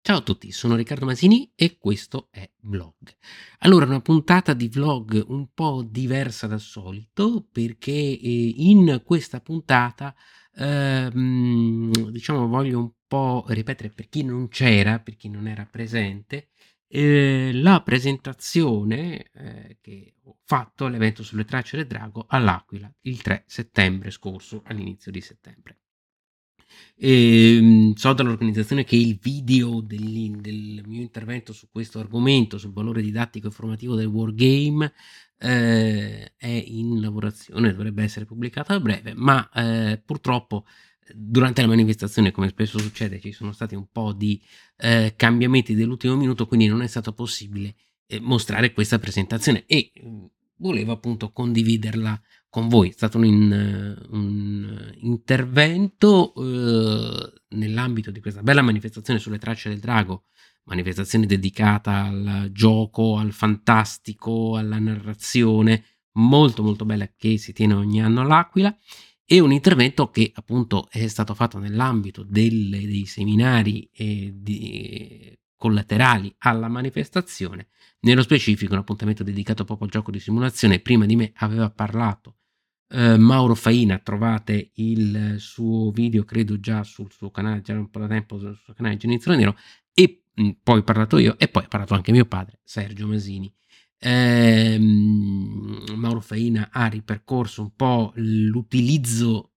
Ciao a tutti, sono Riccardo Masini e questo è Vlog. Allora, una puntata di vlog un po' diversa dal solito perché in questa puntata, diciamo, voglio un po' ripetere per chi non c'era, per chi non era presente, la presentazione che ho fatto all'evento sulle tracce del drago all'Aquila il 3 settembre scorso, all'inizio di settembre. So dall'organizzazione che il video del mio intervento su questo argomento, sul valore didattico e formativo del wargame, è in lavorazione, dovrebbe essere pubblicato a breve, ma purtroppo durante la manifestazione, come spesso succede, ci sono stati un po' di cambiamenti dell'ultimo minuto, quindi non è stato possibile mostrare questa presentazione e volevo appunto condividerla con voi. È stato un intervento nell'ambito di questa bella manifestazione sulle tracce del drago, manifestazione dedicata al gioco, al fantastico, alla narrazione, molto molto bella, che si tiene ogni anno all'Aquila, e un intervento che appunto è stato fatto nell'ambito dei seminari collaterali alla manifestazione. Nello specifico un appuntamento dedicato proprio al gioco di simulazione. Prima di me aveva parlato Mauro Faina, trovate il suo video credo già sul suo canale, già un po' da tempo sul suo canale Genizio Nero, e poi ho parlato io e poi ha parlato anche mio padre Sergio Masini. Mauro Faina ha ripercorso un po' l'utilizzo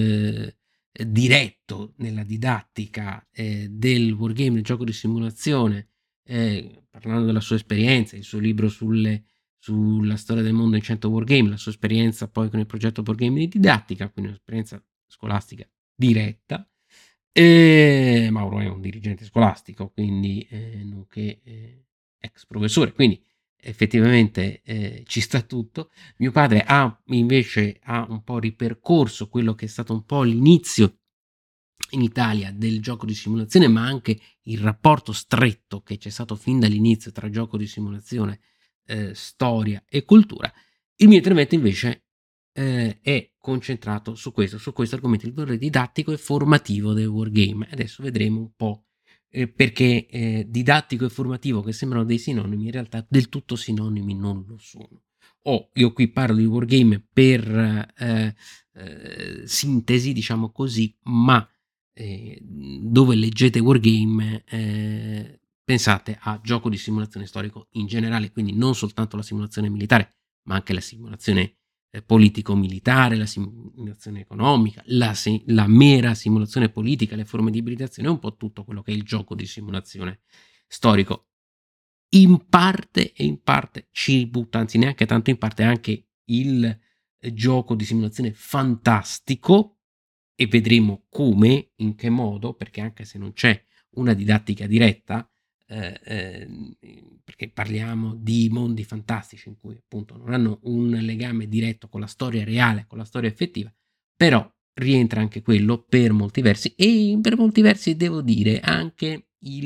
diretto nella didattica del wargame, del gioco di simulazione, parlando della sua esperienza, il suo libro sulla storia del mondo in 100 wargame, la sua esperienza poi con il progetto wargame di didattica, quindi un'esperienza scolastica diretta. Mauro è un dirigente scolastico, quindi nonché ex professore, quindi effettivamente ci sta tutto. Mio padre invece ha un po' ripercorso quello che è stato un po' l'inizio in Italia del gioco di simulazione, ma anche il rapporto stretto che c'è stato fin dall'inizio tra gioco di simulazione, storia e cultura. Il mio intervento invece è concentrato su questo argomento, il valore didattico e formativo del wargame. Adesso vedremo un po' perché didattico e formativo, che sembrano dei sinonimi, in realtà del tutto sinonimi non lo sono. Io qui parlo di wargame per sintesi, diciamo così, ma dove leggete wargame pensate a gioco di simulazione storico in generale, quindi non soltanto la simulazione militare, ma anche la simulazione politico-militare, la simulazione economica, la mera simulazione politica, le forme di ibridazione, un po' tutto quello che è il gioco di simulazione storico. In parte ci butta, anzi neanche tanto in parte, anche il gioco di simulazione fantastico, e vedremo come, in che modo, perché anche se non c'è una didattica diretta, perché parliamo di mondi fantastici in cui appunto non hanno un legame diretto con la storia reale, con la storia effettiva, però rientra anche quello per molti versi, e per molti versi devo dire anche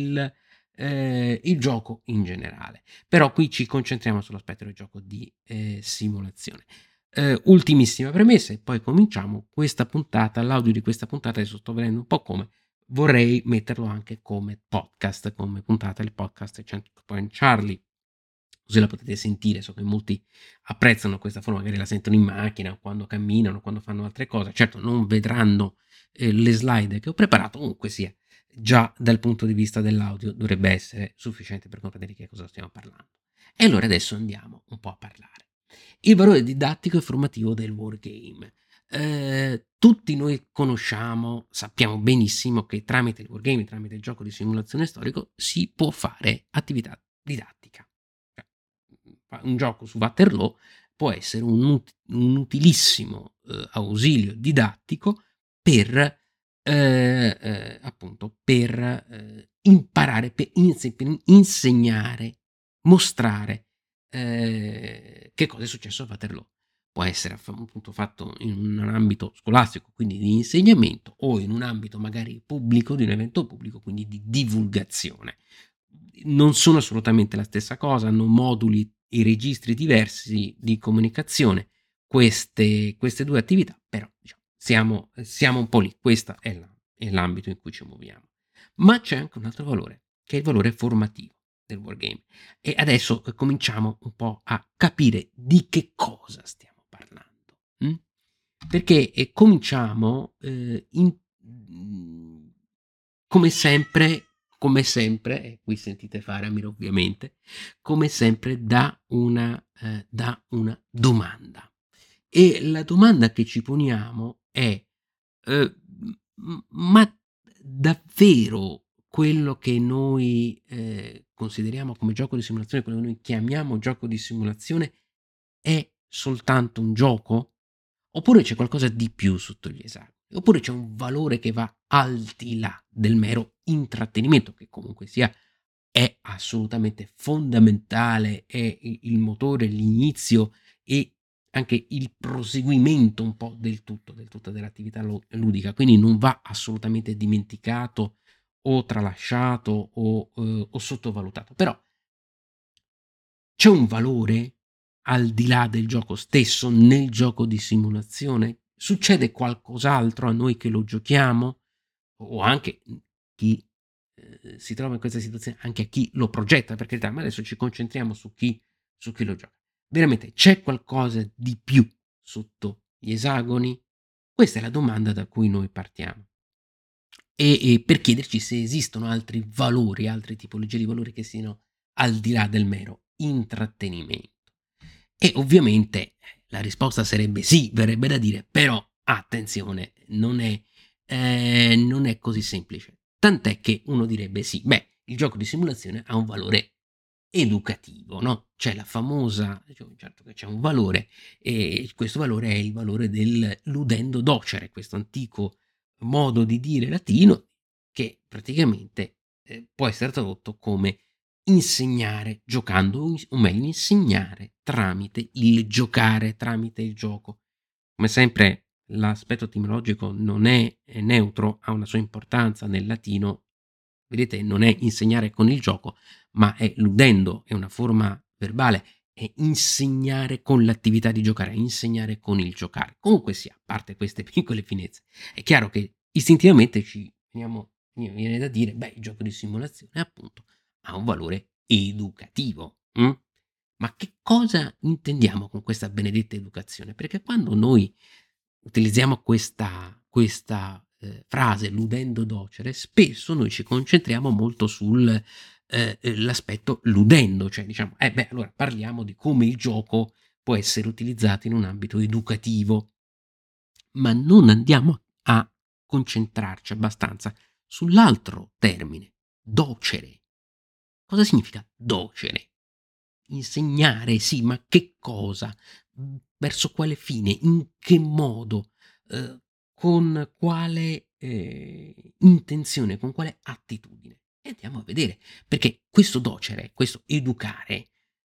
il gioco in generale. Però qui ci concentriamo sull'aspetto del gioco di simulazione. Ultimissima premessa e poi cominciamo questa puntata. L'audio di questa puntata, adesso sto vedendo un po' come, vorrei metterlo anche come podcast, come puntata del podcast Checkpoint Charlie, così la potete sentire. So che molti apprezzano questa forma, magari la sentono in macchina, quando camminano, quando fanno altre cose. Certo non vedranno le slide che ho preparato, comunque sia, già dal punto di vista dell'audio dovrebbe essere sufficiente per comprendere di che cosa stiamo parlando. E allora adesso andiamo un po' a parlare. Il valore didattico e formativo del wargame. Tutti noi conosciamo, sappiamo benissimo che tramite il wargame, tramite il gioco di simulazione storico, si può fare attività didattica. Un gioco su Waterloo può essere un utilissimo ausilio didattico per appunto per imparare, per insegnare, mostrare che cosa è successo a Waterloo. Può essere appunto fatto in un ambito scolastico, quindi di insegnamento, o in un ambito magari pubblico, di un evento pubblico, quindi di divulgazione. Non sono assolutamente la stessa cosa, hanno moduli e registri diversi di comunicazione queste due attività, però diciamo, siamo un po' lì, questo è l'ambito in cui ci muoviamo. Ma c'è anche un altro valore che è il valore formativo del wargame. E adesso cominciamo un po' a capire di che cosa stiamo parlando. Perché cominciamo come sempre, e qui sentite Faramir ovviamente, come sempre da una domanda. E la domanda che ci poniamo è, ma davvero quello che noi consideriamo come gioco di simulazione, quello che noi chiamiamo gioco di simulazione, è soltanto un gioco? Oppure c'è qualcosa di più sotto gli esami? Oppure c'è un valore che va al di là del mero intrattenimento, che comunque sia è assolutamente fondamentale, è il motore, l'inizio e anche il proseguimento un po' del tutto dell'attività ludica, quindi non va assolutamente dimenticato o tralasciato o sottovalutato. Però c'è un valore al di là del gioco stesso, nel gioco di simulazione? Succede qualcos'altro a noi che lo giochiamo? O anche chi si trova in questa situazione, anche a chi lo progetta, per carità, ma adesso ci concentriamo su chi lo gioca. Veramente c'è qualcosa di più sotto gli esagoni? Questa è la domanda da cui noi partiamo. E per chiederci se esistono altri valori, altre tipologie di valori che siano al di là del mero intrattenimento. E ovviamente la risposta sarebbe sì, verrebbe da dire, però attenzione, non è così semplice. Tant'è che uno direbbe sì, il gioco di simulazione ha un valore educativo, no? C'è la famosa, certo che c'è un valore, e questo valore è il valore del ludendo docere, questo antico modo di dire latino che praticamente può essere tradotto come insegnare giocando, o meglio, insegnare tramite il giocare, tramite il gioco. Come sempre, l'aspetto etimologico non è neutro, ha una sua importanza nel latino. Vedete, non è insegnare con il gioco, ma è ludendo, è una forma verbale, è insegnare con l'attività di giocare, insegnare con il giocare. Comunque sia, a parte queste piccole finezze, è chiaro che istintivamente viene da dire, il gioco di simulazione appunto ha un valore educativo. Ma che cosa intendiamo con questa benedetta educazione? Perché quando noi utilizziamo questa frase ludendo docere, spesso noi ci concentriamo molto sul l'aspetto ludendo, cioè diciamo, allora parliamo di come il gioco può essere utilizzato in un ambito educativo, ma non andiamo a concentrarci abbastanza sull'altro termine, docere. Cosa significa docere? Insegnare, sì, ma che cosa? Verso quale fine? In che modo? Con quale intenzione? Con quale attitudine? E andiamo a vedere, perché questo docere, questo educare,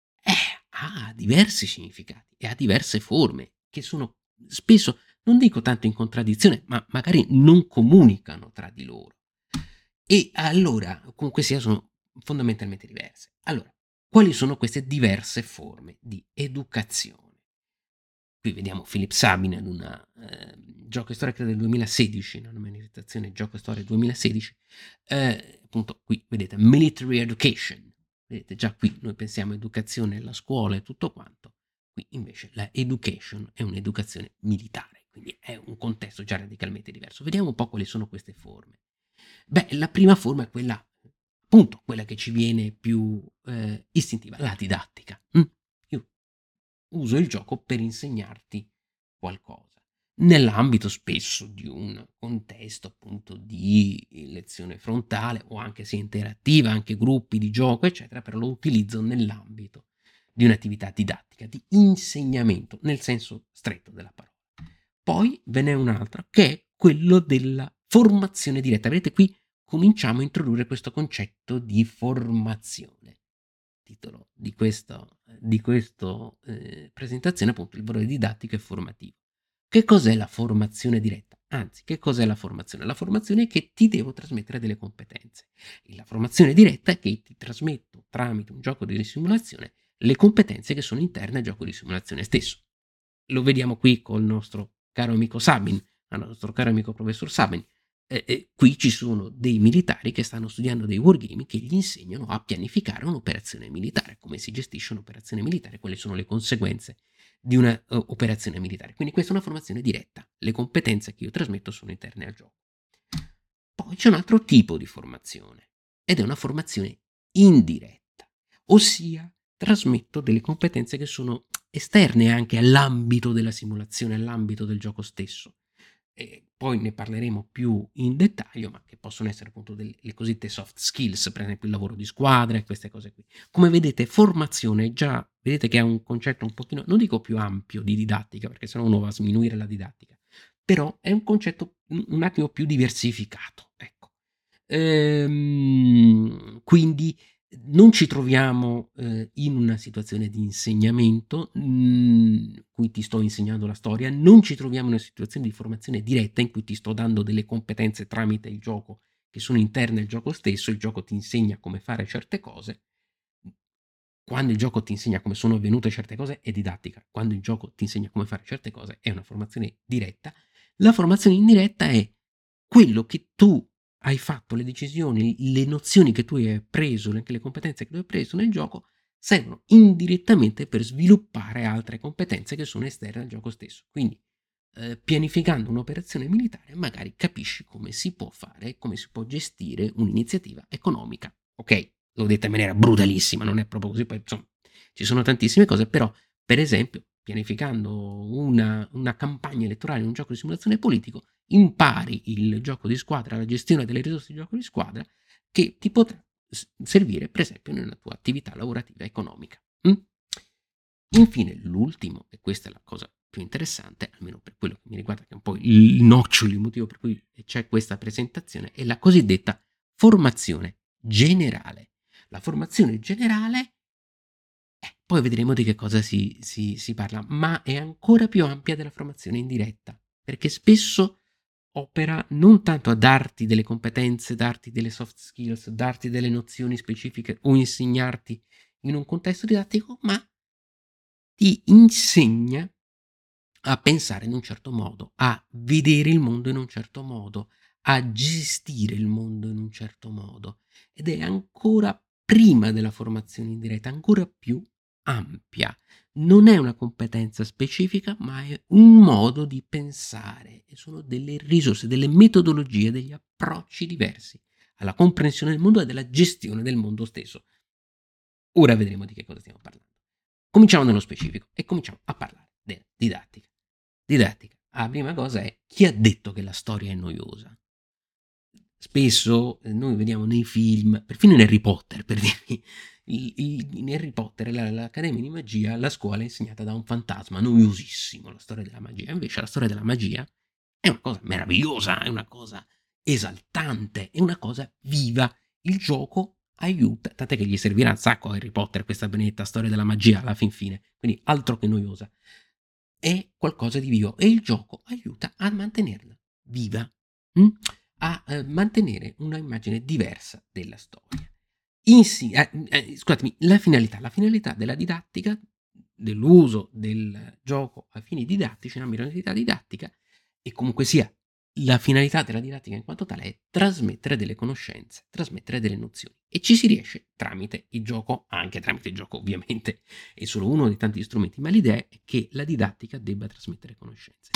ha diversi significati e ha diverse forme che sono spesso, non dico tanto in contraddizione, ma magari non comunicano tra di loro. E allora, comunque sia, sono fondamentalmente diverse. Allora, quali sono queste diverse forme di educazione? Qui vediamo Philip Sabin in una Gioco e Storia credo del 2016, una manifestazione Gioco e Storia 2016, appunto qui vedete Military Education, vedete già qui noi pensiamo educazione alla scuola e tutto quanto, qui invece la education è un'educazione militare, quindi è un contesto già radicalmente diverso. Vediamo un po' quali sono queste forme. La prima forma è quella, appunto, quella che ci viene più istintiva, la didattica. Io uso il gioco per insegnarti qualcosa, nell'ambito spesso di un contesto appunto di lezione frontale o anche se interattiva, anche gruppi di gioco, eccetera, però lo utilizzo nell'ambito di un'attività didattica, di insegnamento, nel senso stretto della parola. Poi ve n'è un'altra che è quello della formazione diretta. Vedete qui cominciamo a introdurre questo concetto di formazione. Titolo di questa presentazione appunto il valore didattico e formativo. Che cos'è la formazione diretta? Anzi, che cos'è la formazione? La formazione è che ti devo trasmettere delle competenze. E la formazione diretta è che ti trasmetto tramite un gioco di simulazione le competenze che sono interne al gioco di simulazione stesso. Lo vediamo qui col nostro caro amico Sabin, il nostro caro amico professor Sabin. qui ci sono dei militari che stanno studiando dei wargame che gli insegnano a pianificare un'operazione militare, come si gestisce un'operazione militare, quali sono le conseguenze di una operazione militare. Quindi questa è una formazione diretta, le competenze che io trasmetto sono interne al gioco. Poi c'è un altro tipo di formazione ed è una formazione indiretta, ossia trasmetto delle competenze che sono esterne anche all'ambito della simulazione, all'ambito del gioco stesso. E poi ne parleremo più in dettaglio, ma che possono essere appunto le cosiddette soft skills, per esempio il lavoro di squadra e queste cose qui. Come vedete, formazione già, vedete che è un concetto un pochino, non dico più ampio di didattica, perché sennò uno va a sminuire la didattica, però è un concetto un attimo più diversificato, ecco. Quindi non ci troviamo in una situazione di insegnamento, cui ti sto insegnando la storia, non ci troviamo in una situazione di formazione diretta in cui ti sto dando delle competenze tramite il gioco che sono interne al gioco stesso, il gioco ti insegna come fare certe cose. Quando il gioco ti insegna come sono avvenute certe cose è didattica, quando il gioco ti insegna come fare certe cose è una formazione diretta. La formazione indiretta è quello che tu hai fatto, le decisioni, le nozioni che tu hai preso, anche le competenze che tu hai preso nel gioco, servono indirettamente per sviluppare altre competenze che sono esterne al gioco stesso. Quindi, pianificando un'operazione militare, magari capisci come si può fare, come si può gestire un'iniziativa economica. Ok, l'ho detta in maniera brutalissima, non è proprio così, poi insomma ci sono tantissime cose, però per esempio pianificando una campagna elettorale in un gioco di simulazione politico, impari il gioco di squadra, la gestione delle risorse di gioco di squadra, che ti potrà servire per esempio nella tua attività lavorativa economica. Infine, l'ultimo, e questa è la cosa più interessante, almeno per quello che mi riguarda, che è un po' il nocciolo, il motivo per cui c'è questa presentazione, è la cosiddetta formazione generale. La formazione generale, poi vedremo di che cosa si parla, ma è ancora più ampia della formazione indiretta, perché spesso opera non tanto a darti delle competenze, darti delle soft skills, darti delle nozioni specifiche o insegnarti in un contesto didattico, ma ti insegna a pensare in un certo modo, a vedere il mondo in un certo modo, a gestire il mondo in un certo modo, ed è ancora prima della formazione indiretta, ancora più ampia. Non è una competenza specifica, ma è un modo di pensare e sono delle risorse, delle metodologie, degli approcci diversi alla comprensione del mondo e della gestione del mondo stesso. Ora vedremo di che cosa stiamo parlando. Cominciamo nello specifico e cominciamo a parlare della didattica. Didattica. La prima cosa è: chi ha detto che la storia è noiosa? Spesso noi vediamo nei film, perfino in Harry Potter, per dirvi, in Harry Potter l'Accademia di Magia, la scuola è insegnata da un fantasma noiosissimo, la storia della magia. Invece la storia della magia è una cosa meravigliosa, è una cosa esaltante, è una cosa viva. Il gioco aiuta, tant'è che gli servirà un sacco a Harry Potter questa benedetta storia della magia alla fin fine, quindi altro che noiosa. È qualcosa di vivo e il gioco aiuta a mantenerla viva, a mantenere una immagine diversa della storia. Scusatemi, la finalità della didattica, dell'uso del gioco a fini didattici, in ambito di attività didattica, e comunque sia la finalità della didattica in quanto tale è trasmettere delle conoscenze, trasmettere delle nozioni, e ci si riesce tramite il gioco, anche tramite il gioco ovviamente è solo uno dei tanti strumenti, ma l'idea è che la didattica debba trasmettere conoscenze.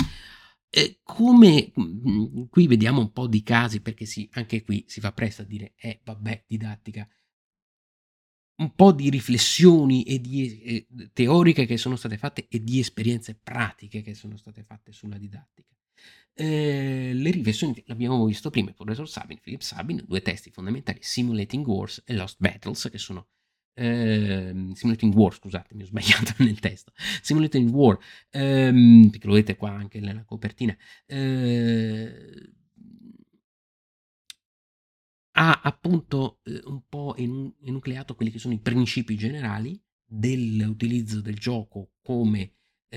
Qui vediamo un po' di casi, perché sì, anche qui si fa presto a dire vabbè, didattica, un po' di riflessioni e di teoriche che sono state fatte e di esperienze pratiche che sono state fatte sulla didattica. Le riflessioni l'abbiamo visto prima, il professor Philip Sabin, due testi fondamentali, Simulating Wars e Lost Battles, che sono Simulating War, scusate, mi ho sbagliato nel testo, Simulating War, perché lo vedete qua anche nella copertina, ha appunto un po' enucleato quelli che sono i principi generali dell'utilizzo del gioco come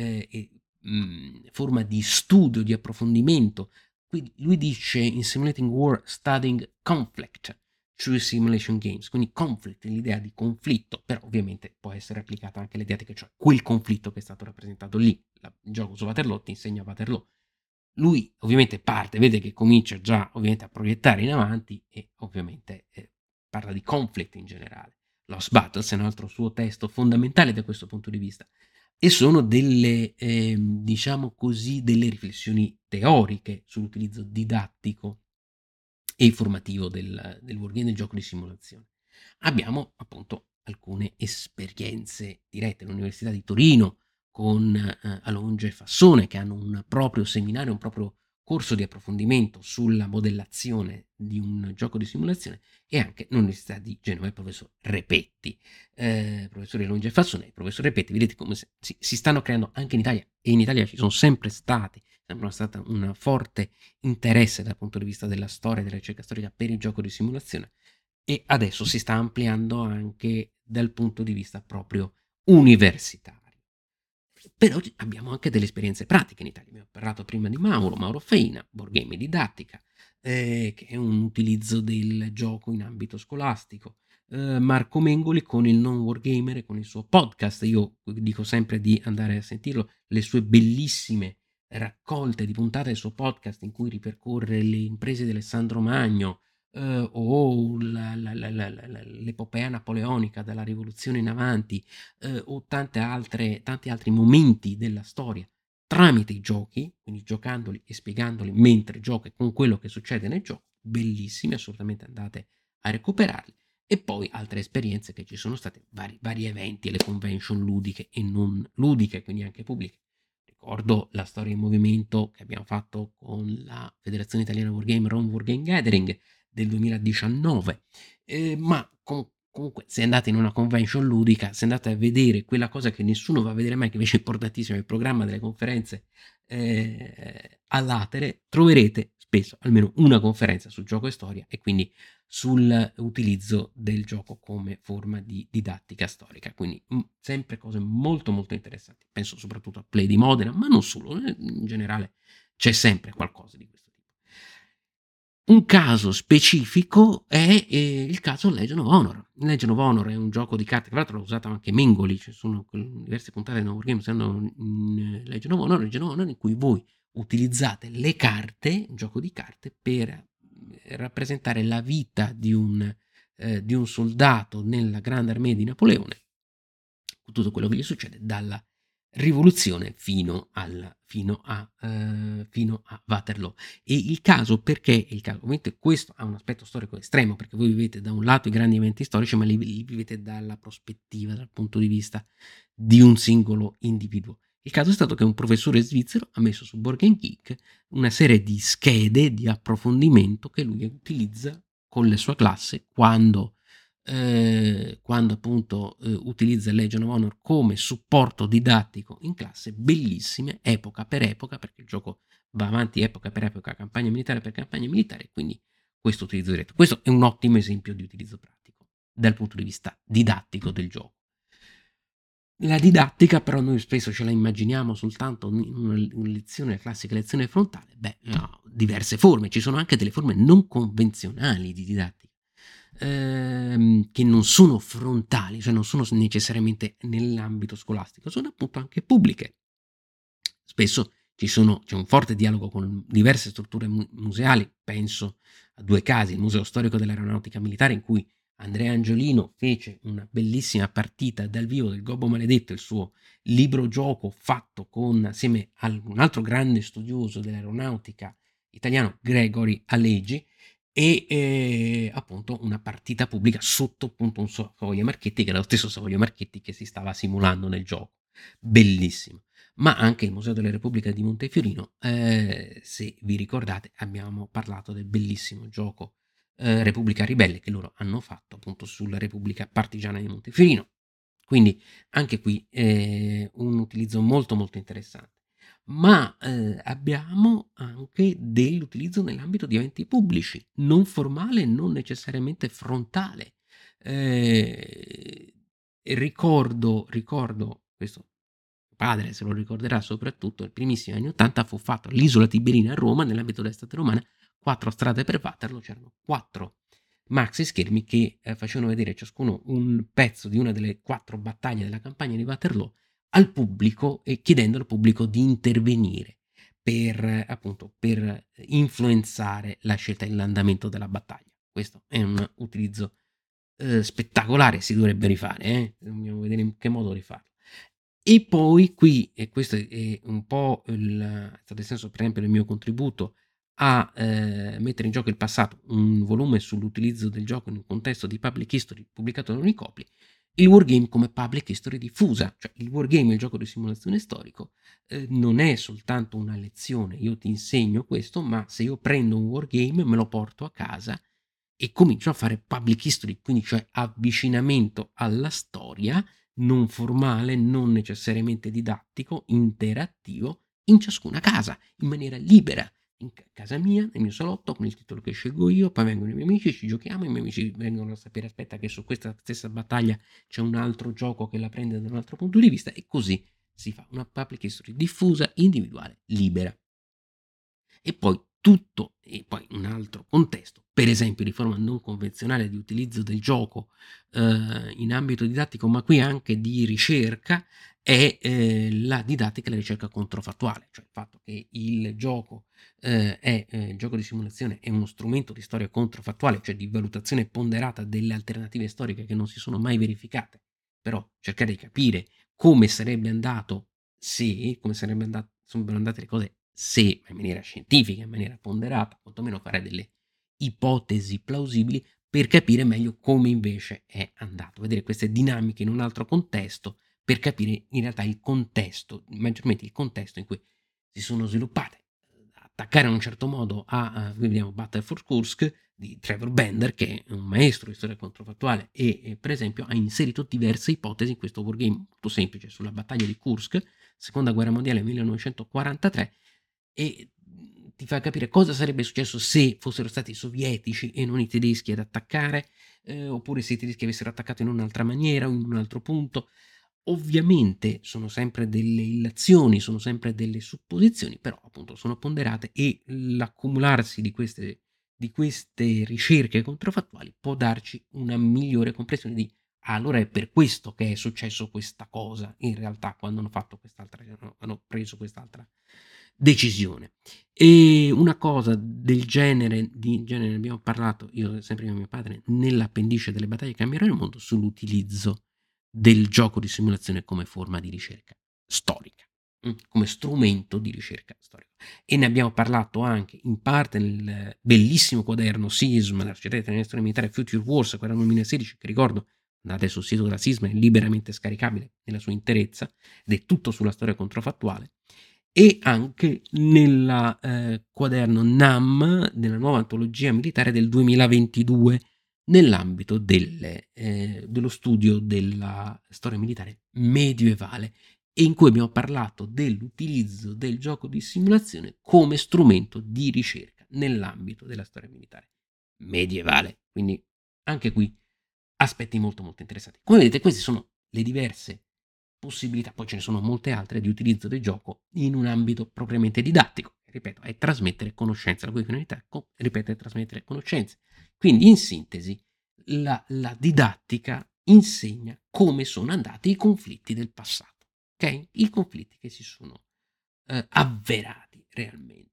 forma di studio, di approfondimento. Qui lui dice in Simulating War studying conflict through simulation games, quindi conflict, l'idea di conflitto, però ovviamente può essere applicata anche alle didattiche, cioè quel conflitto che è stato rappresentato lì. Il gioco su Waterloo ti insegna Waterloo, lui ovviamente parte, vede che comincia già ovviamente a proiettare in avanti e ovviamente parla di conflict in generale. Lost Battles è un altro suo testo fondamentale da questo punto di vista e sono delle, diciamo così, delle riflessioni teoriche sull'utilizzo didattico e formativo del wargame, del gioco di simulazione. Abbiamo appunto alcune esperienze dirette all'Università di Torino con Alonge e Fassone, che hanno un proprio seminario, un proprio corso di approfondimento sulla modellazione di un gioco di simulazione, e anche l'Università di Genova, il professor Repetti. Professore Alonge e Fassone e professor Repetti, vedete come si stanno creando anche in Italia, e in Italia ci sono sempre stati, sempre stata un forte interesse dal punto di vista della storia e della ricerca storica per il gioco di simulazione, e adesso si sta ampliando anche dal punto di vista proprio universitario. Però abbiamo anche delle esperienze pratiche in Italia. Abbiamo parlato prima di Mauro Feina, Board Game Didattica, che è un utilizzo del gioco in ambito scolastico. Marco Mengoli con il Non Wargamer e con il suo podcast. Io dico sempre di andare a sentirlo, le sue bellissime raccolte di puntate del suo podcast in cui ripercorre le imprese di Alessandro Magno, o l'epopea napoleonica dalla rivoluzione in avanti, o tanti altri momenti della storia tramite i giochi, quindi giocandoli e spiegandoli mentre giochi con quello che succede nel gioco. Bellissimi, assolutamente andate a recuperarli. E poi altre esperienze che ci sono state, vari eventi, le convention ludiche e non ludiche, quindi anche pubbliche. Ricordo la storia in movimento che abbiamo fatto con la Federazione Italiana Wargame, Rome Wargame Gathering del 2019, ma comunque se andate in una convention ludica, se andate a vedere quella cosa che nessuno va a vedere mai, che invece è importantissima, il programma delle conferenze all'Atere, troverete spesso almeno una conferenza sul gioco e storia, e quindi sull'utilizzo del gioco come forma di didattica storica. Quindi sempre cose molto molto interessanti. Penso soprattutto a Play di Modena, ma non solo, in generale c'è sempre qualcosa di questo tipo. Un caso specifico è il caso Legion of Honor. Legion of Honor è un gioco di carte, tra l'altro l'ha usato anche Mengoli, ci sono diverse puntate di No Wargame usando Legion of Honor, in cui voi utilizzate le carte, un gioco di carte, per rappresentare la vita di un soldato nella grande armée di Napoleone, con tutto quello che gli succede dalla rivoluzione fino a Waterloo. E il caso, perché il caso? Ovviamente questo ha un aspetto storico estremo, perché voi vivete da un lato i grandi eventi storici, ma li vivete dalla prospettiva, dal punto di vista di un singolo individuo. Il caso è stato che un professore svizzero ha messo su Board Game Geek una serie di schede di approfondimento che lui utilizza con la sua classe quando appunto utilizza il Legion of Honor come supporto didattico in classe, bellissime, epoca per epoca, perché il gioco va avanti epoca per epoca, campagna militare per campagna militare, quindi questo utilizzo diretto. Questo è un ottimo esempio di utilizzo pratico dal punto di vista didattico del gioco. La didattica però noi spesso ce la immaginiamo soltanto in una lezione, la classica lezione frontale. Beh, no, diverse forme, ci sono anche delle forme non convenzionali di didattica, che non sono frontali, cioè non sono necessariamente nell'ambito scolastico, sono appunto anche pubbliche. Spesso c'è un forte dialogo con diverse strutture museali, penso a due casi, il Museo Storico dell'Aeronautica Militare, in cui Andrea Angiolino fece una bellissima partita dal vivo del Gobbo Maledetto, il suo libro gioco fatto assieme a un altro grande studioso dell'aeronautica italiano, Gregory Alegi, e appunto una partita pubblica sotto appunto un Savoia Marchetti, che era lo stesso Savoia Marchetti che si stava simulando nel gioco. Bellissimo. Ma anche il Museo della Repubblica di Montefiorino, se vi ricordate abbiamo parlato del bellissimo gioco Repubblica Ribelle che loro hanno fatto appunto sulla Repubblica Partigiana di Montefiorino. Quindi anche qui un utilizzo molto molto interessante. Ma abbiamo anche dell'utilizzo nell'ambito di eventi pubblici, non formale, non necessariamente frontale. Ricordo questo, padre se lo ricorderà soprattutto, nei primissimi anni '80 fu fatto all'Isola Tiberina a Roma, nell'ambito dell'estate romana, 4 strade per Waterloo, c'erano 4 maxi schermi che facevano vedere ciascuno un pezzo di una delle 4 battaglie della campagna di Waterloo al pubblico, e chiedendo al pubblico di intervenire per influenzare la scelta e l'andamento della battaglia. Questo è un utilizzo spettacolare, si dovrebbe rifare, dobbiamo vedere in che modo rifarlo. E poi qui, e questo è un po' è stato nel senso, per esempio, del mio contributo a mettere in gioco il passato, un volume sull'utilizzo del gioco in un contesto di public history pubblicato da Unicopli, il wargame come public history diffusa, cioè il wargame, il gioco di simulazione storico, non è soltanto una lezione, io ti insegno questo, ma se io prendo un wargame me lo porto a casa e comincio a fare public history, quindi cioè avvicinamento alla storia non formale, non necessariamente didattico, interattivo, in ciascuna casa, in maniera libera, in casa mia, nel mio salotto, con il titolo che scelgo io, poi vengono i miei amici, ci giochiamo, i miei amici vengono a sapere, aspetta che su questa stessa battaglia c'è un altro gioco che la prende da un altro punto di vista, e così si fa una public history diffusa, individuale, libera. E poi un altro contesto, per esempio di forma non convenzionale di utilizzo del gioco in ambito didattico, ma qui anche di ricerca, è la didattica e la ricerca controfattuale, cioè il fatto che il gioco il gioco di simulazione è uno strumento di storia controfattuale, cioè di valutazione ponderata delle alternative storiche che non si sono mai verificate, però cercare di capire come sarebbe andato sarebbero andate le cose se, in maniera scientifica, in maniera ponderata, quantomeno fare delle ipotesi plausibili per capire meglio come invece è andato, vedere queste dinamiche in un altro contesto per capire in realtà il contesto, maggiormente il contesto in cui si sono sviluppate. Attaccare in un certo modo qui vediamo Battle for Kursk di Trevor Bender, che è un maestro di storia controfattuale e per esempio ha inserito diverse ipotesi in questo wargame molto semplice sulla battaglia di Kursk, seconda guerra mondiale 1943, e ti fa capire cosa sarebbe successo se fossero stati i sovietici e non i tedeschi ad attaccare, oppure se i tedeschi avessero attaccato in un'altra maniera o in un altro punto. Ovviamente sono sempre delle illazioni, sono sempre delle supposizioni, però appunto sono ponderate e l'accumularsi di queste ricerche controfattuali può darci una migliore comprensione di allora è per questo che è successo questa cosa in realtà quando hanno preso quest'altra decisione. E una cosa del genere, di genere ne abbiamo parlato io sempre con mio padre nell'appendice delle battaglie che cambieranno il mondo, sull'utilizzo del gioco di simulazione come forma di ricerca storica, come strumento di ricerca storica. E ne abbiamo parlato anche in parte nel bellissimo quaderno SISM, la ricerca della storia militare Future Wars, quaderno 2016, che ricordo andate sul sito della SISM, è liberamente scaricabile nella sua interezza ed è tutto sulla storia controfattuale, e anche nel quaderno NAM della nuova antologia militare del 2022 nell'ambito dello studio della storia militare medievale, e in cui abbiamo parlato dell'utilizzo del gioco di simulazione come strumento di ricerca nell'ambito della storia militare medievale. Quindi anche qui aspetti molto molto interessanti. Come vedete, queste sono le diverse possibilità, poi ce ne sono molte altre, di utilizzo del gioco in un ambito propriamente didattico. Ripeto, è trasmettere conoscenze, la cui finalità è trasmettere conoscenze. Quindi, in sintesi, la didattica insegna come sono andati i conflitti del passato, ok? I conflitti che si sono avverati realmente.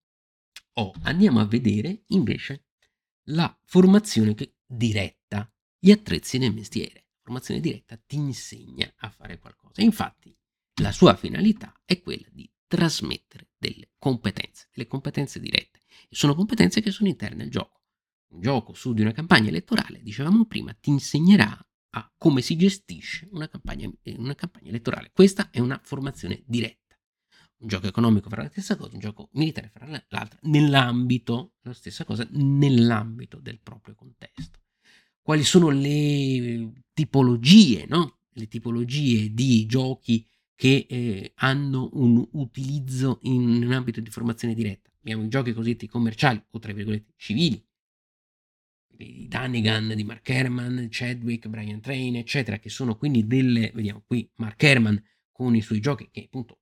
Andiamo a vedere invece la formazione diretta, gli attrezzi nel mestiere. La formazione diretta ti insegna a fare qualcosa. Infatti, la sua finalità è quella di trasmettere delle competenze dirette. E sono competenze che sono interne al gioco. Un gioco su di una campagna elettorale, dicevamo prima, ti insegnerà a come si gestisce una campagna elettorale. Questa è una formazione diretta. Un gioco economico farà la stessa cosa, un gioco militare farà l'altra, la stessa cosa nell'ambito del proprio contesto. Quali sono le tipologie, no? Le tipologie di giochi che hanno un utilizzo in un ambito di formazione diretta? Abbiamo i giochi cosiddetti commerciali o tra virgolette civili, di Dunnigan, di Mark Herman, Chadwick, Brian Train, eccetera, che sono quindi vediamo qui Mark Herman con i suoi giochi che appunto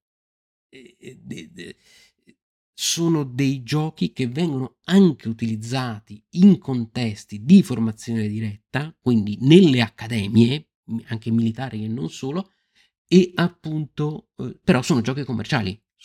sono dei giochi che vengono anche utilizzati in contesti di formazione diretta, quindi nelle accademie, anche militari e non solo, e appunto però sono giochi commerciali, sono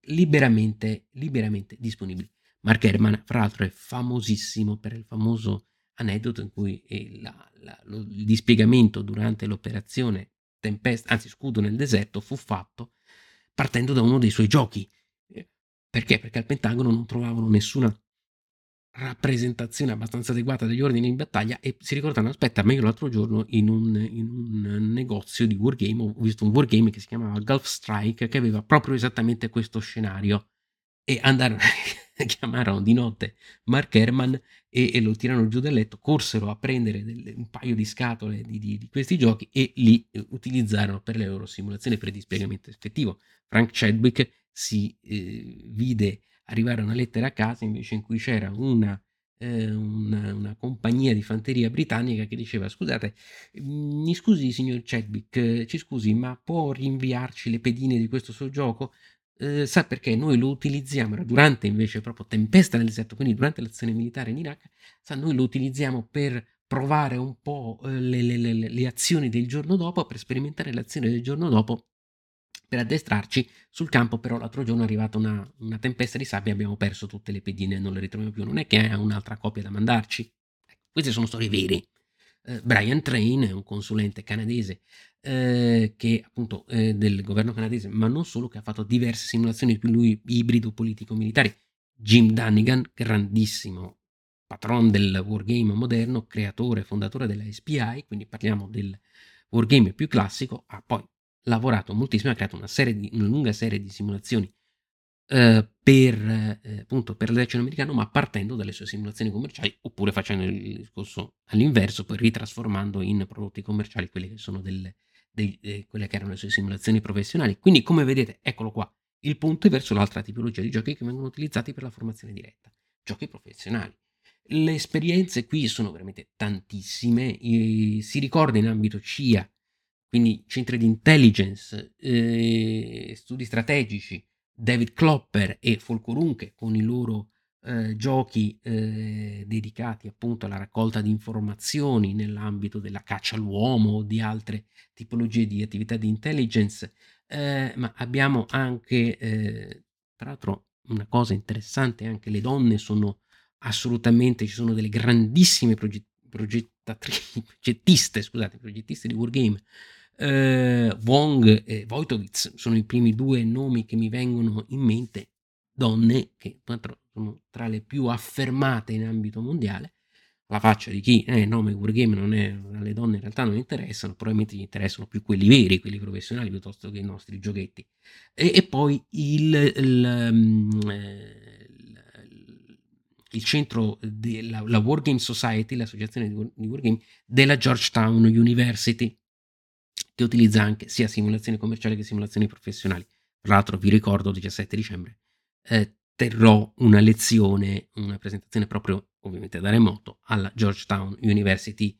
liberamente disponibili. Mark Herman, fra l'altro, è famosissimo per il famoso aneddoto in cui il dispiegamento durante l'operazione Tempesta, anzi Scudo nel deserto, fu fatto partendo da uno dei suoi giochi. Perché? Perché al Pentagono non trovavano nessuna rappresentazione abbastanza adeguata degli ordini in battaglia e si ricordano, aspetta, ma io l'altro giorno in un negozio di wargame ho visto un wargame che si chiamava Gulf Strike che aveva proprio esattamente questo scenario e andarono chiamarono di notte Mark Herman e lo tirarono giù dal letto, corsero a prendere un paio di scatole di questi giochi e li utilizzarono per le loro simulazioni per il dispiegamento effettivo. Frank Chadwick si vide arrivare una lettera a casa invece in cui c'era una compagnia di fanteria britannica che diceva scusate, mi scusi signor Chadwick, ci scusi ma può rinviarci le pedine di questo suo gioco? Sa perché noi lo utilizziamo, era durante invece proprio tempesta nel deserto, quindi durante l'azione militare in Iraq, sa noi lo utilizziamo per provare un po' le azioni del giorno dopo, per sperimentare le azioni del giorno dopo, per addestrarci sul campo, però l'altro giorno è arrivata una tempesta di sabbia e abbiamo perso tutte le pedine, non le ritroviamo più, non è che ha un'altra copia da mandarci. Queste sono storie vere. Brian Train è un consulente canadese che appunto del governo canadese, ma non solo, che ha fatto diverse simulazioni più lui ibrido politico-militari. Jim Dunnigan, grandissimo patron del wargame moderno, creatore e fondatore della SPI, quindi parliamo del wargame più classico, ha poi lavorato moltissimo, ha creato una lunga serie di simulazioni appunto per l'esercito americano, ma partendo dalle sue simulazioni commerciali oppure facendo il discorso all'inverso, poi ritrasformando in prodotti commerciali quelle che sono quelle che erano le sue simulazioni professionali. Quindi come vedete, eccolo qua, il punto è verso l'altra tipologia di giochi che vengono utilizzati per la formazione diretta, giochi professionali. Le esperienze qui sono veramente tantissime, si ricorda in ambito CIA, quindi centri di intelligence, studi strategici, David Klopper e Volker Unke con i loro giochi dedicati appunto alla raccolta di informazioni nell'ambito della caccia all'uomo o di altre tipologie di attività di intelligence, ma abbiamo anche, tra l'altro una cosa interessante, anche le donne sono assolutamente, ci sono delle grandissime progettiste di wargame. Wong e Wojtowicz sono i primi due nomi che mi vengono in mente, donne che sono tra le più affermate in ambito mondiale, alla faccia di chi no, ma i wargame non è, alle donne in realtà non interessano, probabilmente gli interessano più quelli veri, quelli professionali, piuttosto che i nostri giochetti. E poi il centro della la Wargame Society, l'associazione di wargame della Georgetown University, che utilizza anche sia simulazioni commerciali che simulazioni professionali. Tra l'altro vi ricordo 17 dicembre terrò una lezione, una presentazione proprio ovviamente da remoto alla Georgetown University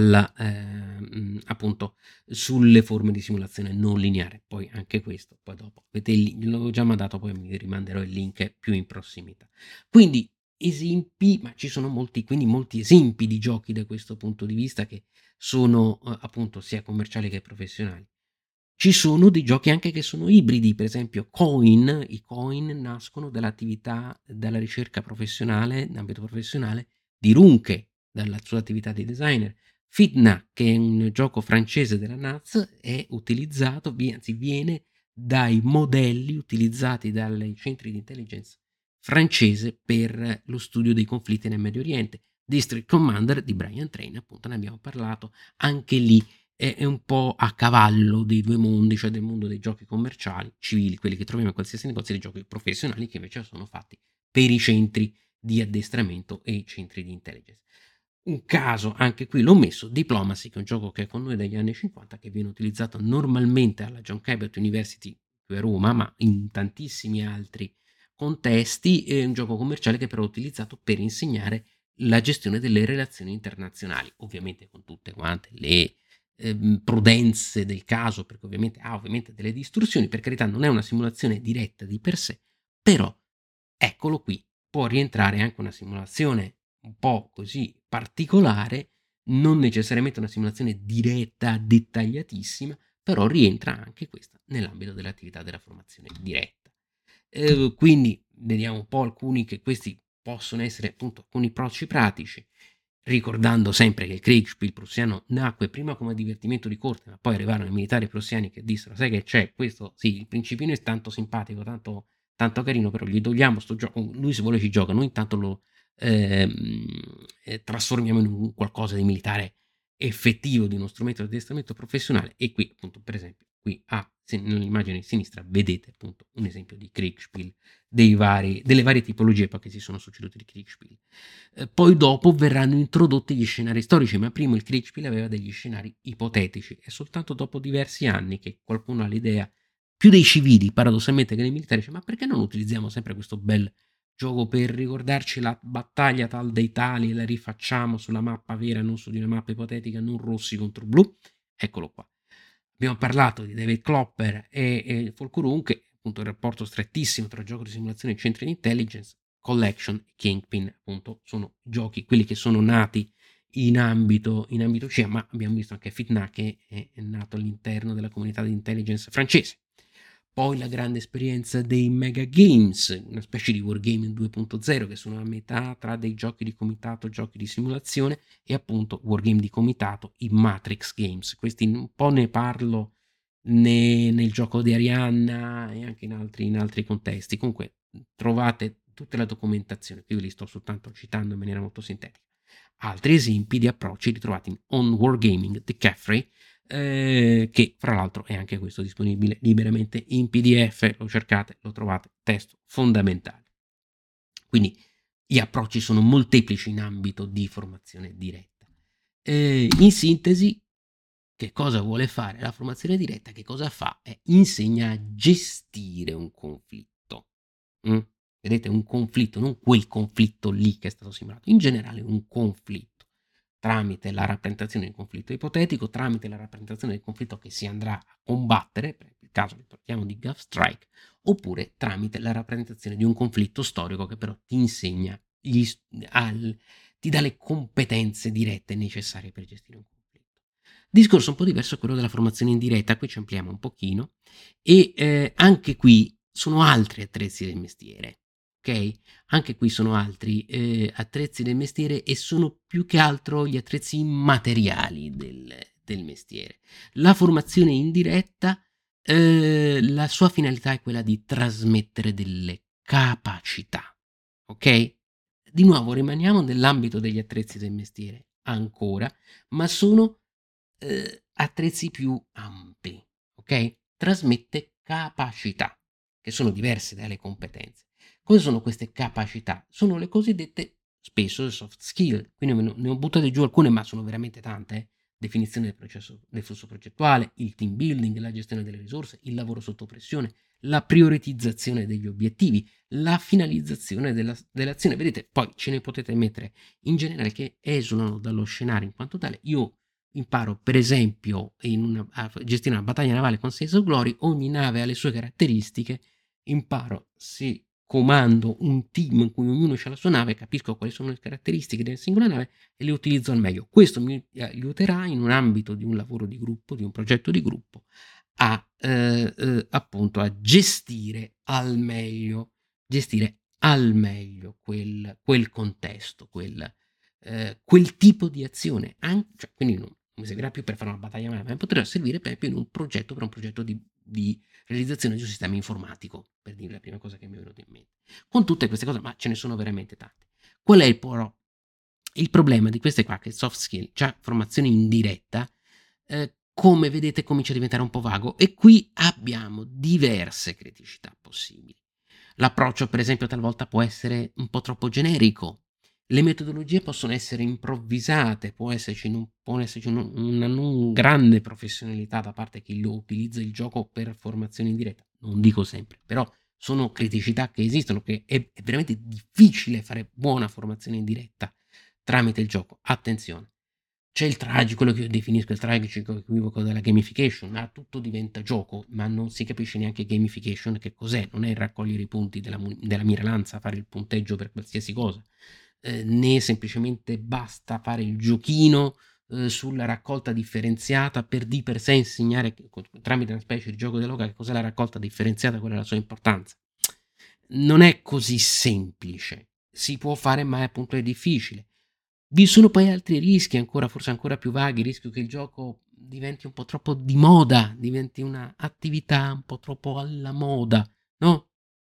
appunto sulle forme di simulazione non lineare. Poi anche questo, poi dopo, l'ho già mandato, poi mi rimanderò il link più in prossimità. Quindi esempi, ma ci sono molti esempi di giochi da questo punto di vista che sono appunto sia commerciali che professionali. Ci sono dei giochi anche che sono ibridi, per esempio Coin, i Coin nascono dall'attività, dalla ricerca professionale, in ambito professionale, di Runke, dalla sua attività di designer. Fitna, che è un gioco francese della NAZ, è utilizzato, anzi viene dai modelli utilizzati dai centri di intelligence francese per lo studio dei conflitti nel Medio Oriente. District Commander di Brian Train, appunto ne abbiamo parlato, anche lì è un po' a cavallo dei due mondi, cioè del mondo dei giochi commerciali, civili, quelli che troviamo in qualsiasi negozio, e dei giochi professionali che invece sono fatti per i centri di addestramento e i centri di intelligence. Un caso, anche qui l'ho messo, Diplomacy, che è un gioco che è con noi dagli anni 50, che viene utilizzato normalmente alla John Cabot University qui a Roma, ma in tantissimi altri contesti, è un gioco commerciale che però è utilizzato per insegnare la gestione delle relazioni internazionali, ovviamente con tutte quante le prudenze del caso, perché ovviamente ha ovviamente delle distorsioni, per carità non è una simulazione diretta di per sé, però eccolo qui, può rientrare anche una simulazione un po' così particolare, non necessariamente una simulazione diretta, dettagliatissima, però rientra anche questa nell'ambito dell'attività della formazione diretta. Quindi vediamo un po' alcuni che questi possono essere appunto alcuni approcci pratici, ricordando sempre che il Kriegspiel prussiano nacque prima come divertimento di corte, ma poi arrivarono i militari prussiani che dissero: sai che c'è, questo sì, il principino è tanto simpatico, tanto carino, però gli togliamo sto gioco, lui se vuole ci gioca, noi intanto lo trasformiamo in un qualcosa di militare effettivo, di uno strumento di addestramento professionale. E qui appunto, per esempio, qui nell'immagine di sinistra vedete appunto un esempio di Kriegspiel delle varie tipologie poi che si sono succedute di Kriegspiel. Poi dopo verranno introdotti gli scenari storici, ma prima il Kriegspiel aveva degli scenari ipotetici. È soltanto dopo diversi anni che qualcuno ha l'idea, più dei civili paradossalmente che dei militari, dice: ma perché non utilizziamo sempre questo bel gioco per ricordarci la battaglia tal dei tali e la rifacciamo sulla mappa vera, non su di una mappa ipotetica, non rossi contro blu? Eccolo qua. Abbiamo parlato di David Klopper e Folkurung, che appunto il rapporto strettissimo tra gioco di simulazione e centri di intelligence. Collection e Kingpin appunto sono giochi, quelli che sono nati in ambito CIA, ma abbiamo visto anche Fitna che è nato all'interno della comunità di intelligence francese. Poi la grande esperienza dei Mega Games, una specie di Wargaming 2.0 che sono a metà tra dei giochi di comitato, giochi di simulazione e appunto Wargame di comitato, i Matrix Games. Questi un po' ne parlo nel gioco di Arianna e anche in altri contesti. Comunque trovate tutta la documentazione, qui ve li sto soltanto citando in maniera molto sintetica. Altri esempi di approcci ritrovati in On Wargaming di Caffrey, che fra l'altro è anche questo disponibile liberamente in PDF, lo cercate, lo trovate, testo fondamentale. Quindi gli approcci sono molteplici in ambito di formazione diretta. In sintesi, che cosa vuole fare la formazione diretta? Che cosa fa? Insegna a gestire un conflitto. Vedete, un conflitto, non quel conflitto lì che è stato simulato, in generale un conflitto, tramite la rappresentazione di un conflitto ipotetico, tramite la rappresentazione del conflitto che si andrà a combattere, per il caso che trattiamo di Gulf Strike, oppure tramite la rappresentazione di un conflitto storico che però ti insegna, ti dà le competenze dirette necessarie per gestire un conflitto. Discorso un po' diverso è quello della formazione indiretta, qui ci ampliamo un pochino, e anche qui sono altri attrezzi del mestiere, ok? Anche qui sono altri attrezzi del mestiere e sono più che altro gli attrezzi immateriali del mestiere. La formazione indiretta, la sua finalità è quella di trasmettere delle capacità, ok? Di nuovo rimaniamo nell'ambito degli attrezzi del mestiere ancora, ma sono attrezzi più ampi, ok? Trasmette capacità, che sono diverse dalle competenze. Cosa sono queste capacità? Sono le cosiddette spesso soft skill, quindi ne ho buttate giù alcune, ma sono veramente tante. Definizione del processo, del flusso progettuale, il team building, la gestione delle risorse, il lavoro sotto pressione, la prioritizzazione degli obiettivi, la finalizzazione dell'azione. Vedete, poi ce ne potete mettere in generale che esulano dallo scenario in quanto tale. Io imparo, per esempio, a gestire una battaglia navale con Sense of Glory, ogni nave ha le sue caratteristiche, imparo se comando un team in cui ognuno ha la sua nave, capisco quali sono le caratteristiche della singola nave e le utilizzo al meglio. Questo mi aiuterà in un ambito di un lavoro di gruppo, di un progetto di gruppo, appunto a gestire al meglio quel contesto, quel tipo di azione. Cioè, quindi non mi servirà più per fare una battaglia, ma potrà servire per esempio in un progetto, per un progetto di realizzazione di un sistema informatico, per dire la prima cosa che mi è venuta in mente. Con tutte queste cose, ma ce ne sono veramente tante. Qual è il problema di queste qua, che soft skill, cioè formazione indiretta, come vedete comincia a diventare un po' vago e qui abbiamo diverse criticità possibili. L'approccio, per esempio, talvolta può essere un po' troppo generico. Le metodologie possono essere improvvisate, può esserci una non grande professionalità da parte di chi lo utilizza il gioco per formazione indiretta. Non dico sempre, però sono criticità che esistono, che è veramente difficile fare buona formazione indiretta tramite il gioco. Attenzione. C'è il tragico, quello che io definisco il tragico equivoco della gamification, ma tutto diventa gioco, ma non si capisce neanche gamification che cos'è, non è raccogliere i punti della miralanza, fare il punteggio per qualsiasi cosa, né semplicemente basta fare il giochino sulla raccolta differenziata per di per sé insegnare tramite una specie di gioco dialoga che cos'è la raccolta differenziata, qual è la sua importanza. non è così semplice. Si può fare, ma appunto è difficile. Vi sono poi altri rischi ancora, forse ancora più vaghi, il rischio che il gioco diventi un po' troppo di moda, diventi una attività un po' troppo alla moda, no?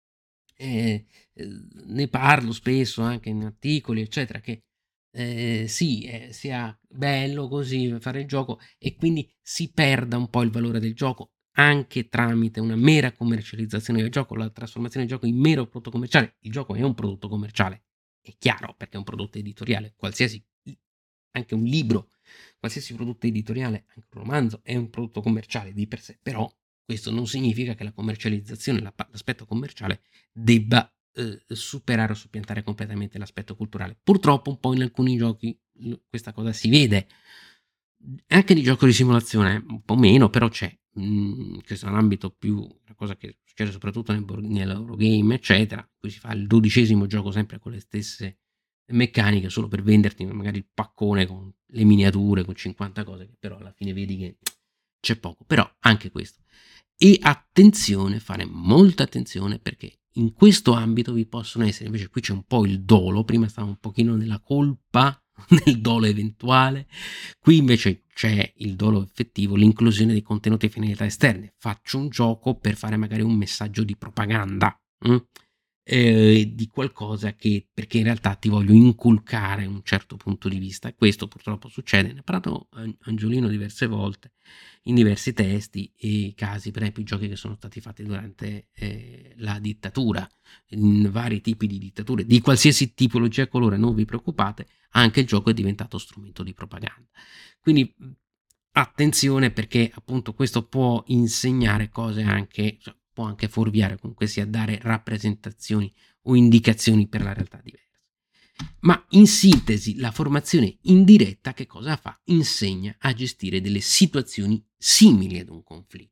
Ne parlo spesso anche in articoli, eccetera, che sì, sia bello così fare il gioco e quindi si perda un po' il valore del gioco anche tramite una mera commercializzazione del gioco, la trasformazione del gioco in mero prodotto commerciale. Il gioco è un prodotto commerciale, è chiaro, perché è un prodotto editoriale, qualsiasi, anche un libro, qualsiasi prodotto editoriale, anche un romanzo, è un prodotto commerciale di per sé, però questo non significa che la commercializzazione, l'aspetto commerciale, debba superare o soppiantare completamente l'aspetto culturale. Purtroppo un po' in alcuni giochi questa cosa si vede, anche di gioco di simulazione un po' meno, però c'è. Questo è un ambito più, una cosa che succede soprattutto nell'Eurogame, eccetera, qui si fa il 12° gioco sempre con le stesse meccaniche, solo per venderti magari il paccone con le miniature, con 50 cose, che però alla fine vedi che c'è poco, però anche questo. E attenzione, fare molta attenzione, perché in questo ambito vi possono essere, invece qui c'è un po' il dolo, prima stavo un pochino nella colpa, nel dolo eventuale, qui invece c'è il dolo effettivo, l'inclusione di contenuti e finalità esterne. Faccio un gioco per fare magari un messaggio di propaganda, di qualcosa che, perché in realtà ti voglio inculcare un certo punto di vista, e questo purtroppo succede. Ne ha parlato Angiolino diverse volte in diversi testi e casi, per esempio i giochi che sono stati fatti durante la dittatura, in vari tipi di dittature, di qualsiasi tipologia e colore, non vi preoccupate, anche il gioco è diventato strumento di propaganda. Quindi attenzione, perché appunto questo può insegnare cose anche, cioè, può anche fuorviare, comunque sia dare rappresentazioni o indicazioni per la realtà diversa. Ma in sintesi, la formazione indiretta che cosa fa? Insegna a gestire delle situazioni simili ad un conflitto.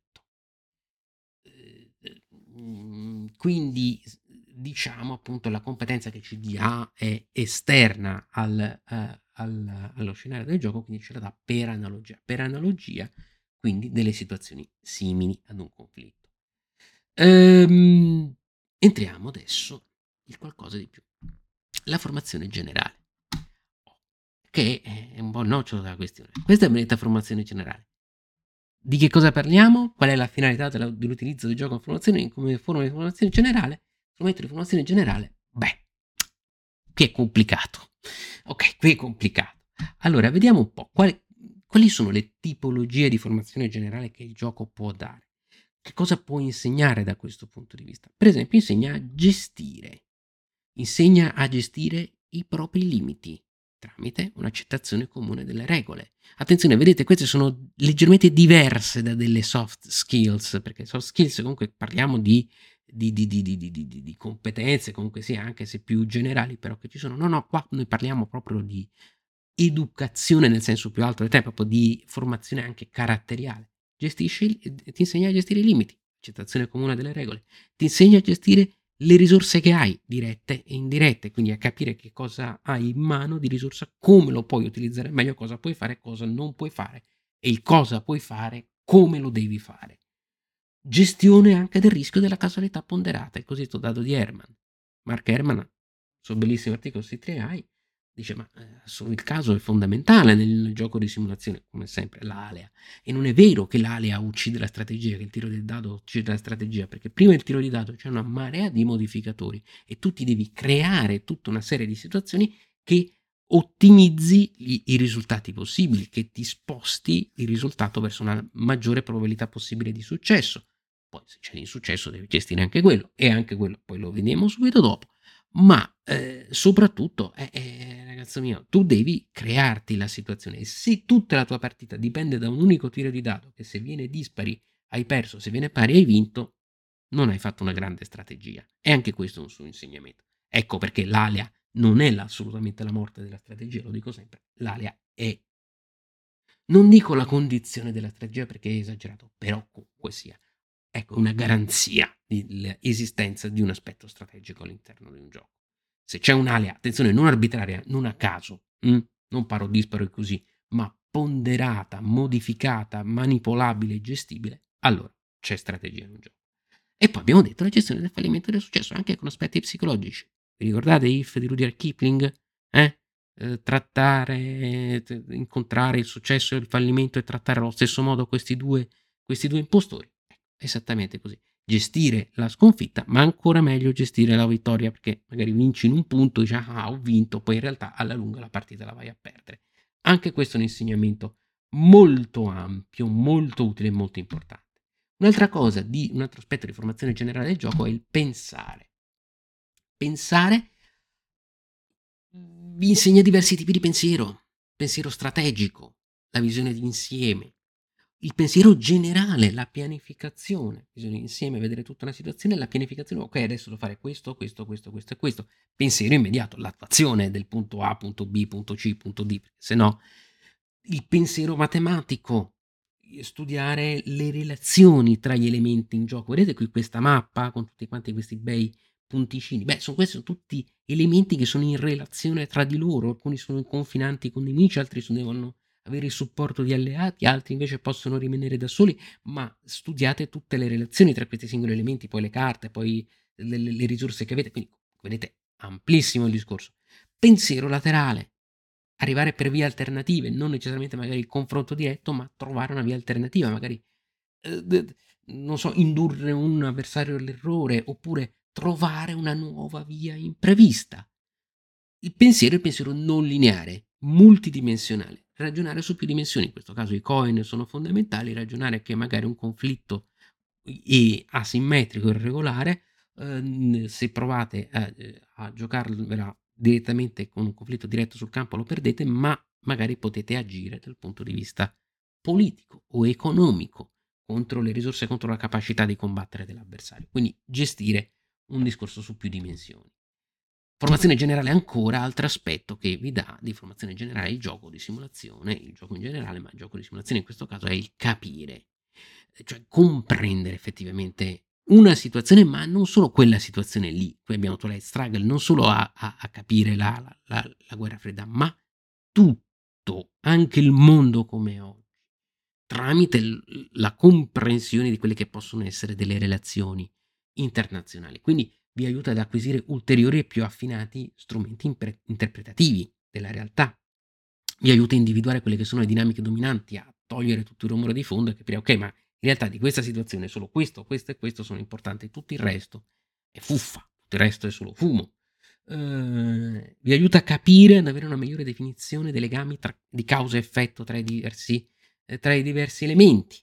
Quindi diciamo appunto la competenza che ci dà è esterna allo scenario del gioco, quindi ce la dà per analogia, quindi delle situazioni simili ad un conflitto. Entriamo adesso in qualcosa di più. La formazione generale, che è un po' il nocciolo della questione. Questa è la benedetta formazione generale. Di che cosa parliamo? Qual è la finalità dell'utilizzo del gioco in formazione come forma di formazione generale? Strumento di formazione generale? Beh, qui è complicato. Ok, qui è complicato. Allora, vediamo un po' quali sono le tipologie di formazione generale che il gioco può dare. Che cosa può insegnare da questo punto di vista? Per esempio, insegna a gestire i propri limiti tramite un'accettazione comune delle regole. Attenzione, vedete, queste sono leggermente diverse da delle soft skills, perché soft skills comunque parliamo di competenze, comunque sia, anche se più generali, però che ci sono. No, qua noi parliamo proprio di educazione nel senso più alto del tempo, proprio di formazione anche caratteriale. Ti insegna a gestire i limiti, accettazione comune delle regole, ti insegna a gestire le risorse che hai, dirette e indirette, quindi a capire che cosa hai in mano di risorsa, come lo puoi utilizzare meglio, cosa puoi fare, cosa non puoi fare e il cosa puoi fare, come lo devi fare. Gestione anche del rischio della casualità ponderata, il cosiddetto dado di Herman. Mark Herman, il suo bellissimo articolo su 3AI, dice ma il caso è fondamentale nel gioco di simulazione, come sempre, l'alea. E non è vero che l'alea uccide la strategia, che il tiro del dado uccide la strategia, perché prima del tiro di dado c'è una marea di modificatori e tu ti devi creare tutta una serie di situazioni che ottimizzi i risultati possibili, che ti sposti il risultato verso una maggiore probabilità possibile di successo. Poi se c'è l'insuccesso devi gestire anche quello, e anche quello poi lo vediamo subito dopo. Ma soprattutto, ragazzo mio, tu devi crearti la situazione. E se tutta la tua partita dipende da un unico tiro di dado, che se viene dispari hai perso, se viene pari hai vinto, non hai fatto una grande strategia. E anche questo è un suo insegnamento. Ecco perché l'alea non è assolutamente la morte della strategia, lo dico sempre. L'alea è, non dico la condizione della strategia perché è esagerato, però comunque sia, ecco, una garanzia dell'esistenza di un aspetto strategico all'interno di un gioco. Se c'è un'alea, attenzione, non arbitraria, non a caso, non paro disparo e così, ma ponderata, modificata, manipolabile e gestibile, allora c'è strategia in un gioco. E poi abbiamo detto la gestione del fallimento e del successo, anche con aspetti psicologici. Vi ricordate If di Rudyard Kipling? Incontrare il successo e il fallimento e trattare allo stesso modo questi due impostori. Esattamente così. Gestire la sconfitta, ma ancora meglio gestire la vittoria, perché magari vinci in un punto e dici ho vinto, poi in realtà alla lunga la partita la vai a perdere. Anche questo è un insegnamento molto ampio, molto utile e molto importante. Un altro aspetto di formazione generale del gioco è il pensare. Pensare vi insegna diversi tipi di pensiero strategico, la visione d'insieme, il pensiero generale, la pianificazione, bisogna insieme vedere tutta una situazione, la pianificazione, ok, adesso devo fare questo, questo, questo, questo e questo, pensiero immediato, l'attuazione del punto A, punto B, punto C, punto D, se no il pensiero matematico, studiare le relazioni tra gli elementi in gioco. Vedete qui questa mappa con tutti quanti questi bei punticini? Questi sono tutti elementi che sono in relazione tra di loro, alcuni sono confinanti con nemici, altri devono avere il supporto di alleati, altri invece possono rimanere da soli, ma studiate tutte le relazioni tra questi singoli elementi, poi le carte, poi le risorse che avete, quindi vedete amplissimo il discorso. Pensiero laterale, arrivare per vie alternative, non necessariamente magari il confronto diretto, ma trovare una via alternativa, magari non so, indurre un avversario all'errore, oppure trovare una nuova via imprevista. Il pensiero non lineare, multidimensionale, ragionare su più dimensioni, in questo caso i coin sono fondamentali, ragionare che magari un conflitto è asimmetrico, irregolare, se provate a giocarvela direttamente con un conflitto diretto sul campo lo perdete, ma magari potete agire dal punto di vista politico o economico contro le risorse, contro la capacità di combattere dell'avversario. Quindi gestire un discorso su più dimensioni. Formazione generale ancora, altro aspetto che vi dà di formazione generale il gioco di simulazione, il gioco in generale, ma il gioco di simulazione in questo caso è il capire, cioè comprendere effettivamente una situazione, ma non solo quella situazione lì. Qui abbiamo Twilight Struggle, non solo a capire la guerra fredda, ma tutto, anche il mondo come è oggi, tramite la comprensione di quelle che possono essere delle relazioni internazionali. Quindi vi aiuta ad acquisire ulteriori e più affinati strumenti interpretativi della realtà. Vi aiuta a individuare quelle che sono le dinamiche dominanti, a togliere tutto il rumore di fondo e capire, ok, ma in realtà di questa situazione solo questo, questo e questo sono importanti, tutto il resto è fuffa, tutto il resto è solo fumo. Vi aiuta a capire, ad avere una migliore definizione dei legami di causa e effetto tra i diversi elementi.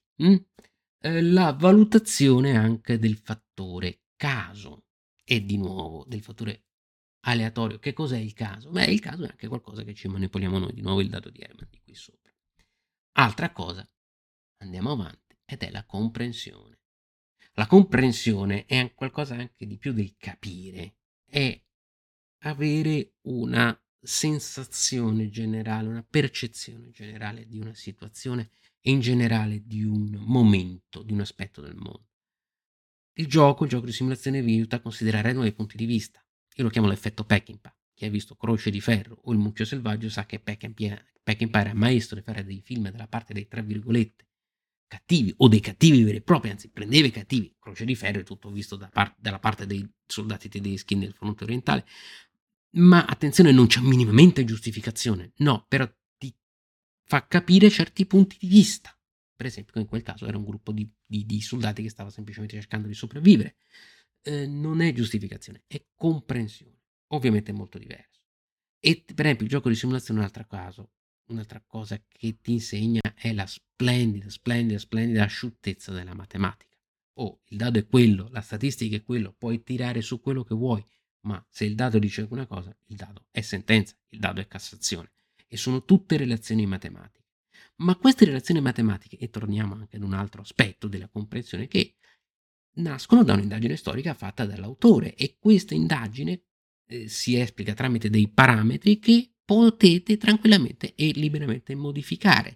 La valutazione anche del fattore caso e di nuovo del fattore aleatorio. Che cos'è il caso? Il caso è anche qualcosa che ci manipoliamo noi, di nuovo il dato di Herman di qui sopra. Altra cosa, andiamo avanti, ed è la comprensione. La comprensione è qualcosa anche di più del capire, è avere una sensazione generale, una percezione generale di una situazione e in generale di un momento, di un aspetto del mondo. Il gioco di simulazione vi aiuta a considerare nuovi punti di vista. Io lo chiamo l'effetto Peckinpah. Chi ha visto Croce di Ferro o Il Mucchio Selvaggio sa che Peckinpah era maestro di fare dei film dalla parte dei, tra virgolette, cattivi o dei cattivi veri e propri, anzi prendeva i cattivi. Croce di Ferro è tutto visto dalla parte dei soldati tedeschi nel fronte orientale, ma attenzione, non c'è minimamente giustificazione, no, però ti fa capire certi punti di vista. Per esempio, in quel caso era un gruppo di soldati che stava semplicemente cercando di sopravvivere. Non è giustificazione, è comprensione. Ovviamente è molto diverso. E per esempio il gioco di simulazione è un'altra cosa che ti insegna è la splendida asciuttezza della matematica. Il dado è quello, la statistica è quello, puoi tirare su quello che vuoi, ma se il dado dice una cosa, il dado è sentenza, il dado è Cassazione. E sono tutte relazioni matematiche. Ma queste relazioni matematiche, e torniamo anche ad un altro aspetto della comprensione, che nascono da un'indagine storica fatta dall'autore, e questa indagine si esplica tramite dei parametri che potete tranquillamente e liberamente modificare,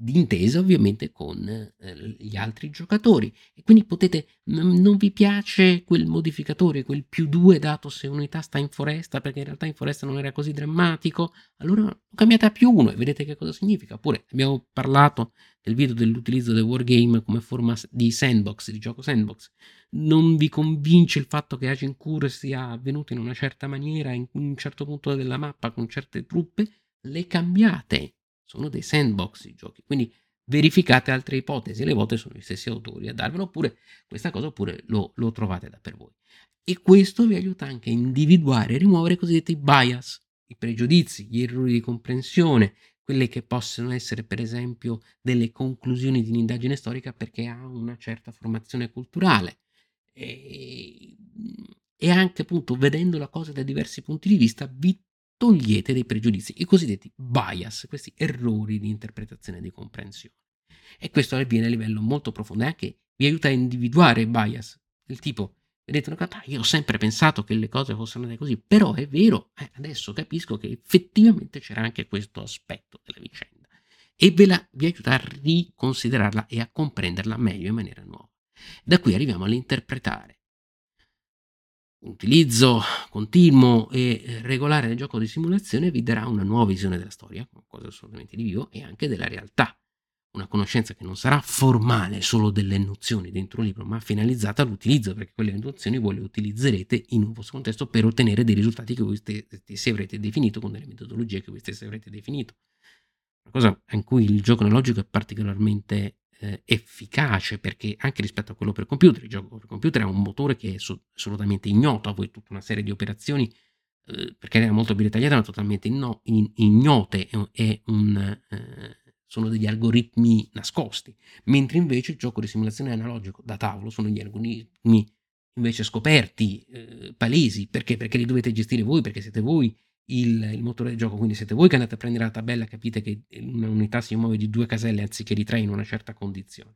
d'intesa ovviamente con gli altri giocatori. E quindi non vi piace quel modificatore, quel +2 dato se un'unità sta in foresta, perché in realtà in foresta non era così drammatico, allora lo cambiate a +1 e vedete che cosa significa. Oppure abbiamo parlato nel video dell'utilizzo del wargame come forma di sandbox, di gioco sandbox. Non vi convince il fatto che Agincourt sia avvenuto in una certa maniera, in un certo punto della mappa, con certe truppe, le cambiate. Sono dei sandbox i giochi, quindi verificate altre ipotesi, alle volte sono gli stessi autori a darvelo, oppure questa cosa, oppure lo trovate da per voi. E questo vi aiuta anche a individuare e rimuovere i cosiddetti bias, i pregiudizi, gli errori di comprensione, quelle che possono essere per esempio delle conclusioni di un'indagine storica perché ha una certa formazione culturale. E, e anche appunto vedendo la cosa da diversi punti di vista vi togliete dei pregiudizi, i cosiddetti bias, questi errori di interpretazione e di comprensione. E questo avviene a livello molto profondo e anche vi aiuta a individuare i bias, del tipo, vedete una cosa, io ho sempre pensato che le cose fossero andate così, però è vero, adesso capisco che effettivamente c'era anche questo aspetto della vicenda e vi aiuta a riconsiderarla e a comprenderla meglio in maniera nuova. Da qui arriviamo all'interpretare. Un utilizzo continuo e regolare del gioco di simulazione vi darà una nuova visione della storia, qualcosa assolutamente di vivo, e anche della realtà. Una conoscenza che non sarà formale, solo delle nozioni dentro un libro, ma finalizzata all'utilizzo, perché quelle nozioni voi le utilizzerete in un vostro contesto per ottenere dei risultati che voi stessi avrete definito, con delle metodologie che voi stessi avrete definito. Una cosa in cui il gioco analogico è particolarmente efficace, perché anche rispetto a quello per computer, il gioco per computer ha un motore che è assolutamente ignoto a voi, tutta una serie di operazioni perché era molto più dettagliata, ma totalmente ignote, sono degli algoritmi nascosti, mentre invece il gioco di simulazione analogico da tavolo sono gli algoritmi invece scoperti, palesi, perché li dovete gestire voi, perché siete voi il motore del gioco, quindi siete voi che andate a prendere la tabella, capite che un'unità si muove di 2 caselle anziché di 3 in una certa condizione.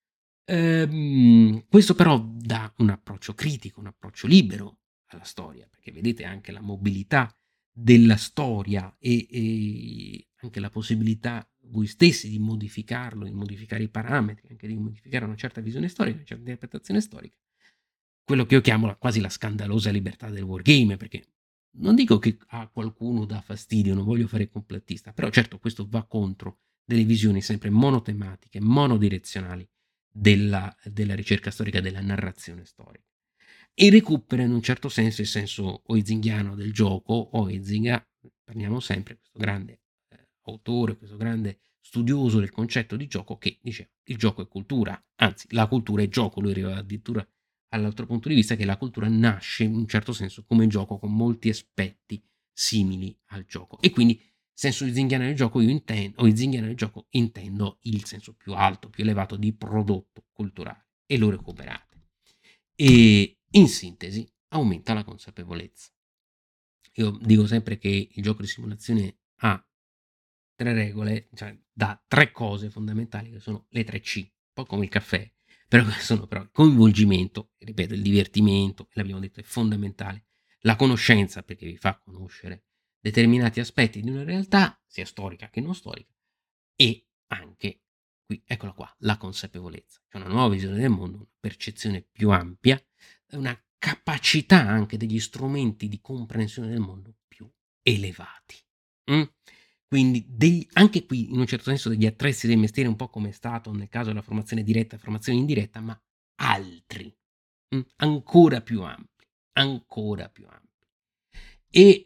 Questo però dà un approccio critico, un approccio libero alla storia, perché vedete anche la mobilità della storia e anche la possibilità voi stessi di modificarlo, di modificare i parametri, anche di modificare una certa visione storica, una certa interpretazione storica. Quello che io chiamo quasi la scandalosa libertà del wargame, perché non dico che a qualcuno dà fastidio, non voglio fare il complottista, però certo questo va contro delle visioni sempre monotematiche, monodirezionali della ricerca storica, della narrazione storica. E recupera in un certo senso oizinghiano del gioco, o Huizinga, parliamo sempre, questo grande autore, questo grande studioso del concetto di gioco che dice il gioco è cultura, anzi la cultura è gioco, lui arriva addirittura all'altro punto di vista che la cultura nasce in un certo senso come gioco con molti aspetti simili al gioco e quindi senso huizingiano del gioco intendo il senso più alto, più elevato di prodotto culturale e lo recuperate. E in sintesi aumenta la consapevolezza. Io dico sempre che il gioco di simulazione ha 3 regole, cioè da 3 cose fondamentali che sono le 3 C, un po' come il caffè, però sono però il coinvolgimento, ripeto, il divertimento, l'abbiamo detto, è fondamentale, la conoscenza perché vi fa conoscere determinati aspetti di una realtà, sia storica che non storica, e anche, qui, eccola qua, la consapevolezza, cioè una nuova visione del mondo, una percezione più ampia, una capacità anche degli strumenti di comprensione del mondo più elevati. Mm? Quindi anche qui in un certo senso degli attrezzi del mestiere, un po' come è stato nel caso della formazione diretta e formazione indiretta, ma altri, ancora più ampi, ancora più ampi. E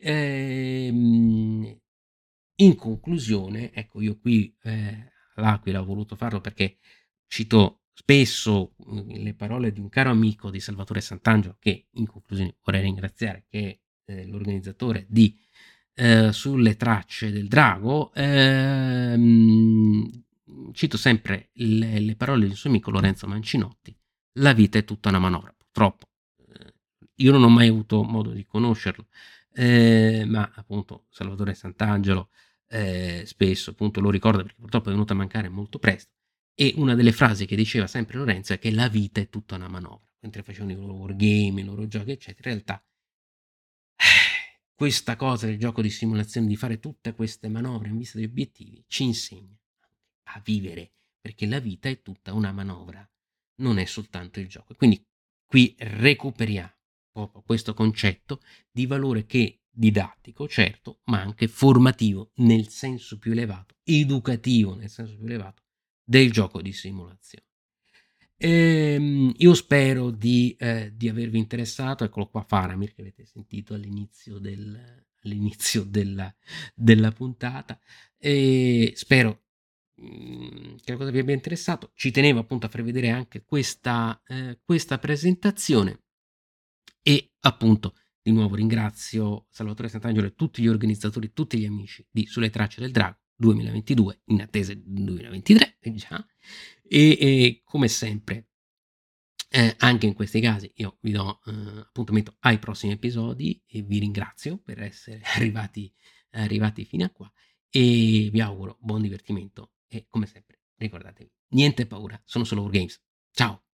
in conclusione, ecco, io qui all'Aquila ho voluto farlo perché cito spesso le parole di un caro amico di Salvatore Sant'Angelo, che in conclusione vorrei ringraziare, che è l'organizzatore di Sulle tracce del drago. Cito sempre le parole del suo amico Lorenzo Mancinotti: la vita è tutta una manovra. Purtroppo io non ho mai avuto modo di conoscerlo, ma appunto Salvatore Sant'Angelo spesso appunto lo ricorda perché purtroppo è venuto a mancare molto presto, e una delle frasi che diceva sempre Lorenzo è che la vita è tutta una manovra. Mentre facevano i loro wargame, i loro giochi eccetera, in realtà questa cosa del gioco di simulazione, di fare tutte queste manovre in vista di obiettivi, ci insegna a vivere, perché la vita è tutta una manovra, non è soltanto il gioco. Quindi qui recuperiamo proprio questo concetto di valore che didattico, certo, ma anche formativo nel senso più elevato, educativo nel senso più elevato del gioco di simulazione. Io spero di avervi interessato. Eccolo qua Faramir che avete sentito all'inizio della puntata. E spero che la cosa vi abbia interessato. Ci tenevo appunto a far vedere anche questa presentazione e appunto di nuovo ringrazio Salvatore Sant'Angelo e tutti gli organizzatori, tutti gli amici di Sulle Tracce del Drago 2022 in attesa del 2023 già. E come sempre anche in questi casi io vi do appuntamento ai prossimi episodi e vi ringrazio per essere arrivati fino a qua e vi auguro buon divertimento e come sempre ricordatevi, niente paura, sono solo Wargames. Ciao!